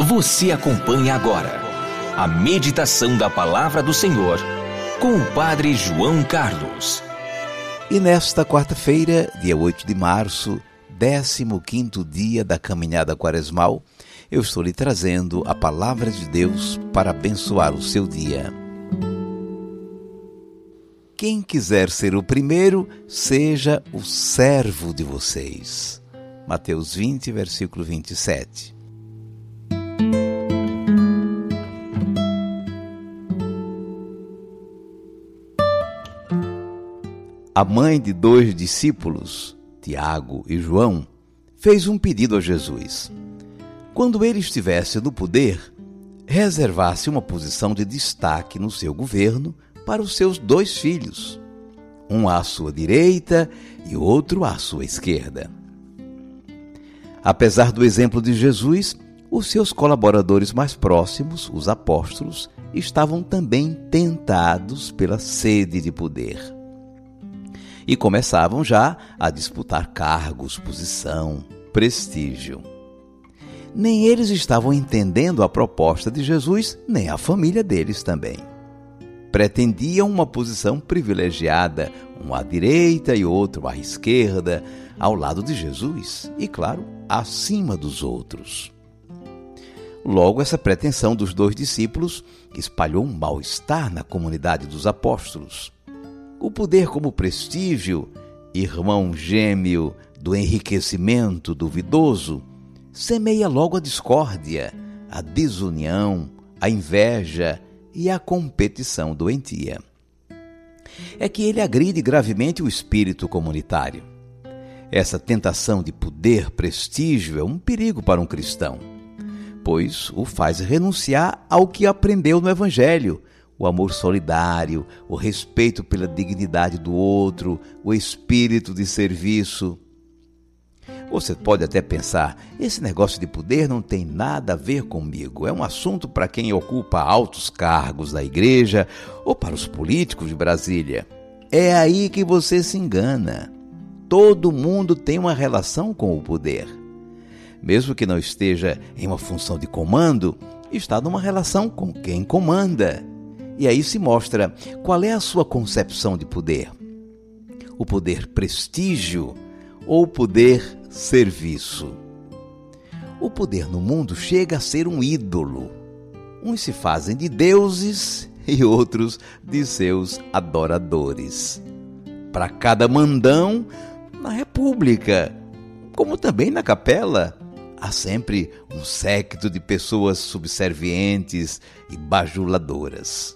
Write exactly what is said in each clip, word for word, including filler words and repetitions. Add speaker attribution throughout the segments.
Speaker 1: Você acompanha agora a meditação da Palavra do Senhor com o Padre João Carlos.
Speaker 2: E nesta quarta-feira, dia oito de março, décimo quinto dia da caminhada quaresmal, eu estou lhe trazendo a Palavra de Deus para abençoar o seu dia. Quem quiser ser o primeiro, seja o servo de vocês. Mateus vinte, versículo vinte e sete. A mãe de dois discípulos, Tiago e João, fez um pedido a Jesus. Quando ele estivesse no poder, reservasse uma posição de destaque no seu governo para os seus dois filhos, um à sua direita e outro à sua esquerda. Apesar do exemplo de Jesus, os seus colaboradores mais próximos, os apóstolos, estavam também tentados pela sede de poder. E começavam já a disputar cargos, posição, prestígio. Nem eles estavam entendendo a proposta de Jesus, nem a família deles também. Pretendiam uma posição privilegiada, um à direita e outro à esquerda, ao lado de Jesus e, claro, acima dos outros. Logo, essa pretensão dos dois discípulos espalhou um mal-estar na comunidade dos apóstolos. O poder como prestígio, irmão gêmeo do enriquecimento duvidoso, semeia logo a discórdia, a desunião, a inveja e a competição doentia. É que ele agride gravemente o espírito comunitário. Essa tentação de poder, prestígio é um perigo para um cristão, pois o faz renunciar ao que aprendeu no Evangelho, o amor solidário, o respeito pela dignidade do outro, o espírito de serviço. Você pode até pensar, esse negócio de poder não tem nada a ver comigo, é um assunto para quem ocupa altos cargos da igreja ou para os políticos de Brasília. É aí que você se engana. Todo mundo tem uma relação com o poder. Mesmo que não esteja em uma função de comando, está numa relação com quem comanda. E aí se mostra qual é a sua concepção de poder. O poder prestígio ou o poder serviço? O poder no mundo chega a ser um ídolo. Uns se fazem de deuses e outros de seus adoradores. Para cada mandão, na república, como também na capela, há sempre um séquito de pessoas subservientes e bajuladoras.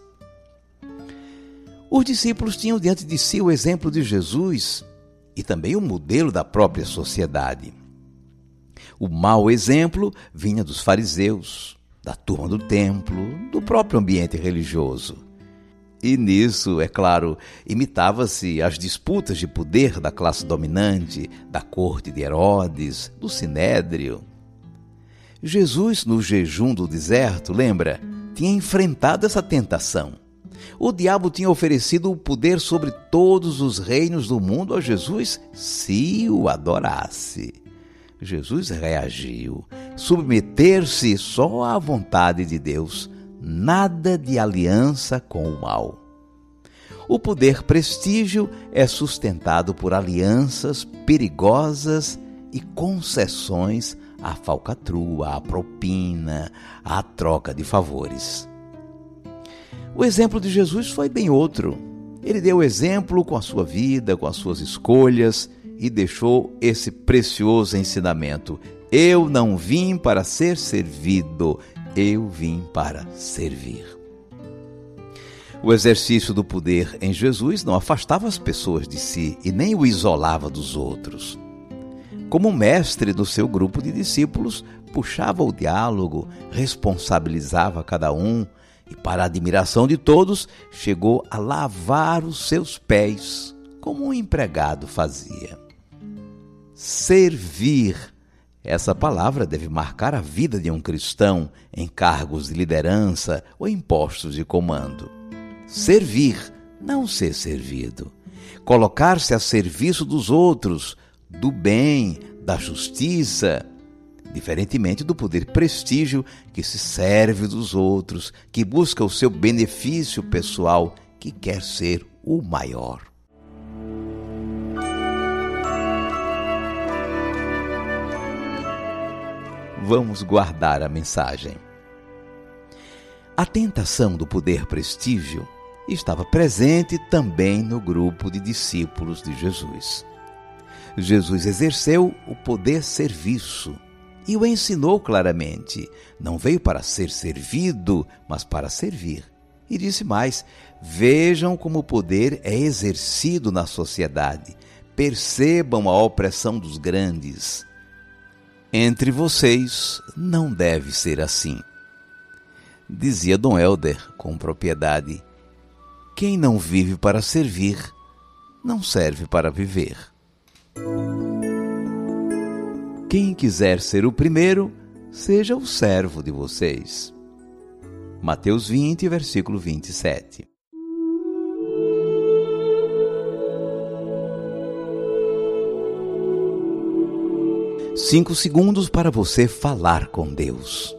Speaker 2: Os discípulos tinham diante de si o exemplo de Jesus e também o modelo da própria sociedade. O mau exemplo vinha dos fariseus, da turma do templo, do próprio ambiente religioso. E nisso, é claro, imitava-se as disputas de poder da classe dominante, da corte de Herodes, do Sinédrio. Jesus, no jejum do deserto, lembra, tinha enfrentado essa tentação. O diabo tinha oferecido o poder sobre todos os reinos do mundo a Jesus se o adorasse. Jesus reagiu, submeter-se só à vontade de Deus, nada de aliança com o mal. O poder prestígio é sustentado por alianças perigosas e concessões à falcatrua, à propina, à troca de favores. O exemplo de Jesus foi bem outro. Ele deu exemplo com a sua vida, com as suas escolhas e deixou esse precioso ensinamento. Eu não vim para ser servido, eu vim para servir. O exercício do poder em Jesus não afastava as pessoas de si e nem o isolava dos outros. Como mestre do seu grupo de discípulos, puxava o diálogo, responsabilizava cada um, e, para a admiração de todos, chegou a lavar os seus pés, como um empregado fazia. Servir. Essa palavra deve marcar a vida de um cristão em cargos de liderança ou em postos de comando. Servir, não ser servido. Colocar-se a serviço dos outros, do bem, da justiça, diferentemente do poder prestígio que se serve dos outros, que busca o seu benefício pessoal, que quer ser o maior. Vamos guardar a mensagem. A tentação do poder prestígio estava presente também no grupo de discípulos de Jesus. Jesus exerceu o poder serviço e o ensinou claramente. Não veio para ser servido, mas para servir. E disse mais: vejam como o poder é exercido na sociedade. Percebam a opressão dos grandes. Entre vocês não deve ser assim. Dizia Dom Helder com propriedade: quem não vive para servir, não serve para viver. Quem quiser ser o primeiro, seja o servo de vocês. Mateus vinte, versículo vinte e sete. Cinco segundos para você falar com Deus.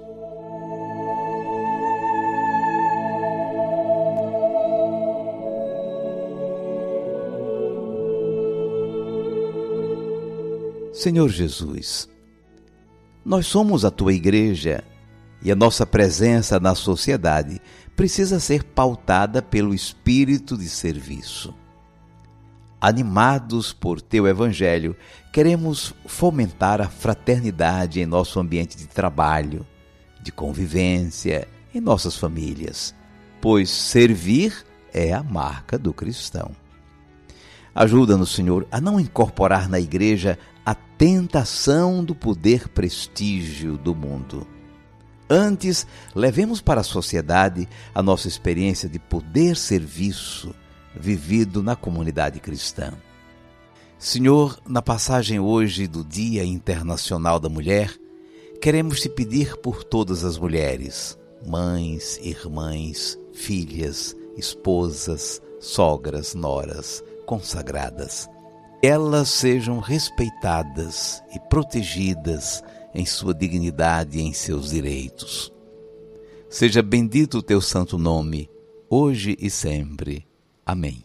Speaker 2: Senhor Jesus, nós somos a Tua igreja e a nossa presença na sociedade precisa ser pautada pelo espírito de serviço. Animados por Teu Evangelho, queremos fomentar a fraternidade em nosso ambiente de trabalho, de convivência, em nossas famílias, pois servir é a marca do cristão. Ajuda-nos, Senhor, a não incorporar na igreja a tentação do poder prestígio do mundo. Antes, levemos para a sociedade a nossa experiência de poder serviço vivido na comunidade cristã. Senhor, na passagem hoje do Dia Internacional da Mulher, queremos te pedir por todas as mulheres, mães, irmãs, filhas, esposas, sogras, noras, consagradas. Elas sejam respeitadas e protegidas em sua dignidade e em seus direitos. Seja bendito o teu santo nome, hoje e sempre. Amém.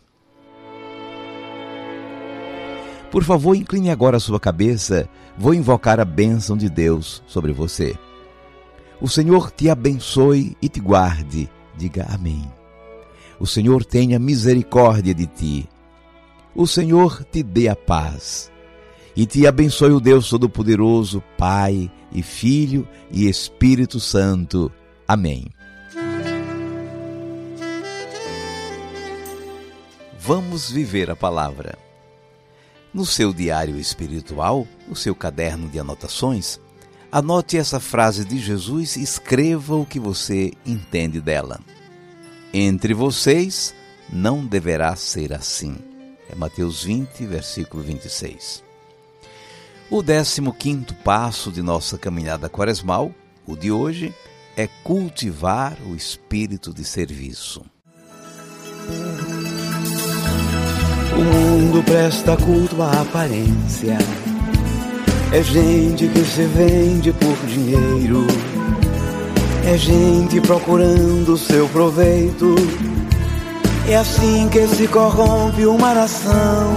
Speaker 2: Por favor, incline agora a sua cabeça. Vou invocar a bênção de Deus sobre você. O Senhor te abençoe e te guarde. Diga amém. O Senhor tenha misericórdia de ti. O Senhor te dê a paz. E te abençoe o Deus Todo-Poderoso, Pai e Filho e Espírito Santo. Amém. Vamos viver a palavra. No seu diário espiritual, o seu caderno de anotações, anote essa frase de Jesus e escreva o que você entende dela. Entre vocês não deverá ser assim. É Mateus vinte, versículo vinte e seis. O décimo quinto passo de nossa caminhada quaresmal, o de hoje, é cultivar o espírito de serviço.
Speaker 3: O mundo presta culto à aparência. É gente que se vende por dinheiro. É gente procurando seu proveito. É assim que se corrompe uma nação.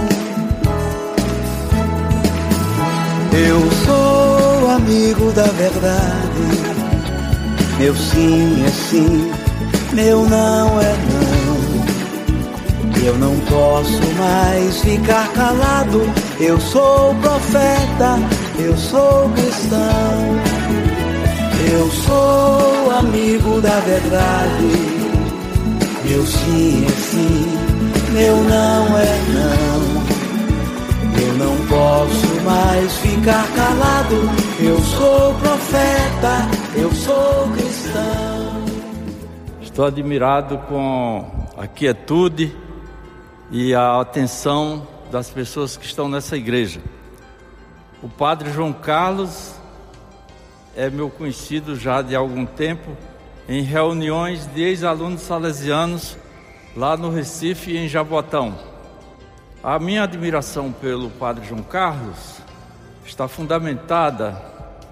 Speaker 3: Eu sou amigo da verdade. Meu sim é sim, meu não é não. Eu não posso mais ficar calado. Eu sou profeta, eu sou cristão. Eu sou amigo da verdade. Meu sim é sim, meu não é não. Eu não posso mais ficar calado. Eu sou profeta, eu sou cristão.
Speaker 4: Estou admirado com a quietude e a atenção das pessoas que estão nessa igreja. O padre João Carlos é meu conhecido já de algum tempo, em reuniões de ex-alunos salesianos lá no Recife e em Jabotão. A minha admiração pelo padre João Carlos está fundamentada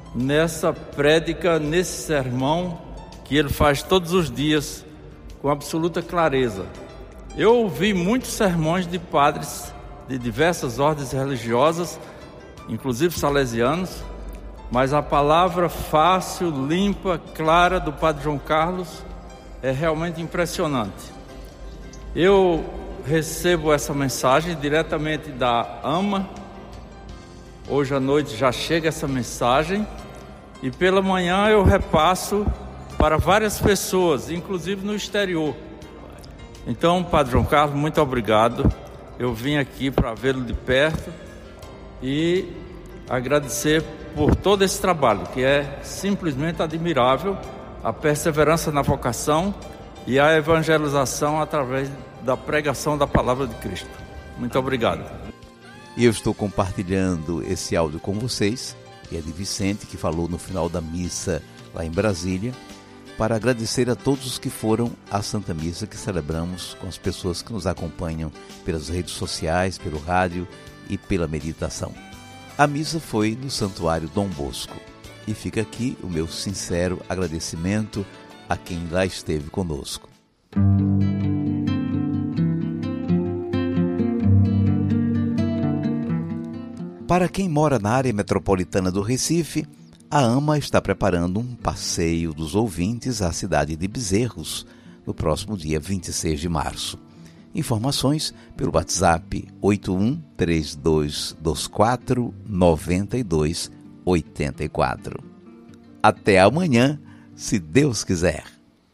Speaker 4: nessa prédica, nesse sermão que ele faz todos os dias com absoluta clareza. Eu ouvi muitos sermões de padres de diversas ordens religiosas, inclusive salesianos, mas a palavra fácil, limpa, clara do Padre João Carlos é realmente impressionante. Eu recebo essa mensagem diretamente da AMA. Hoje à noite já chega essa mensagem e pela manhã eu repasso para várias pessoas, inclusive no exterior. Então, Padre João Carlos, muito obrigado. Eu vim aqui para vê-lo de perto e agradecer por todo esse trabalho, que é simplesmente admirável, a perseverança na vocação e a evangelização através da pregação da palavra de Cristo. Muito obrigado.
Speaker 2: E eu estou compartilhando esse áudio com vocês, que é de Vicente, que falou no final da missa lá em Brasília, para agradecer a todos os que foram à Santa Missa que celebramos com as pessoas que nos acompanham pelas redes sociais, pelo rádio e pela meditação. A missa foi no Santuário Dom Bosco e fica aqui o meu sincero agradecimento a quem lá esteve conosco. Para quem mora na área metropolitana do Recife, a AMA está preparando um passeio dos ouvintes à cidade de Bezerros, no próximo dia vinte e seis de março. Informações pelo WhatsApp oito um três dois dois quatro nove dois oito quatro. Até amanhã, se Deus quiser.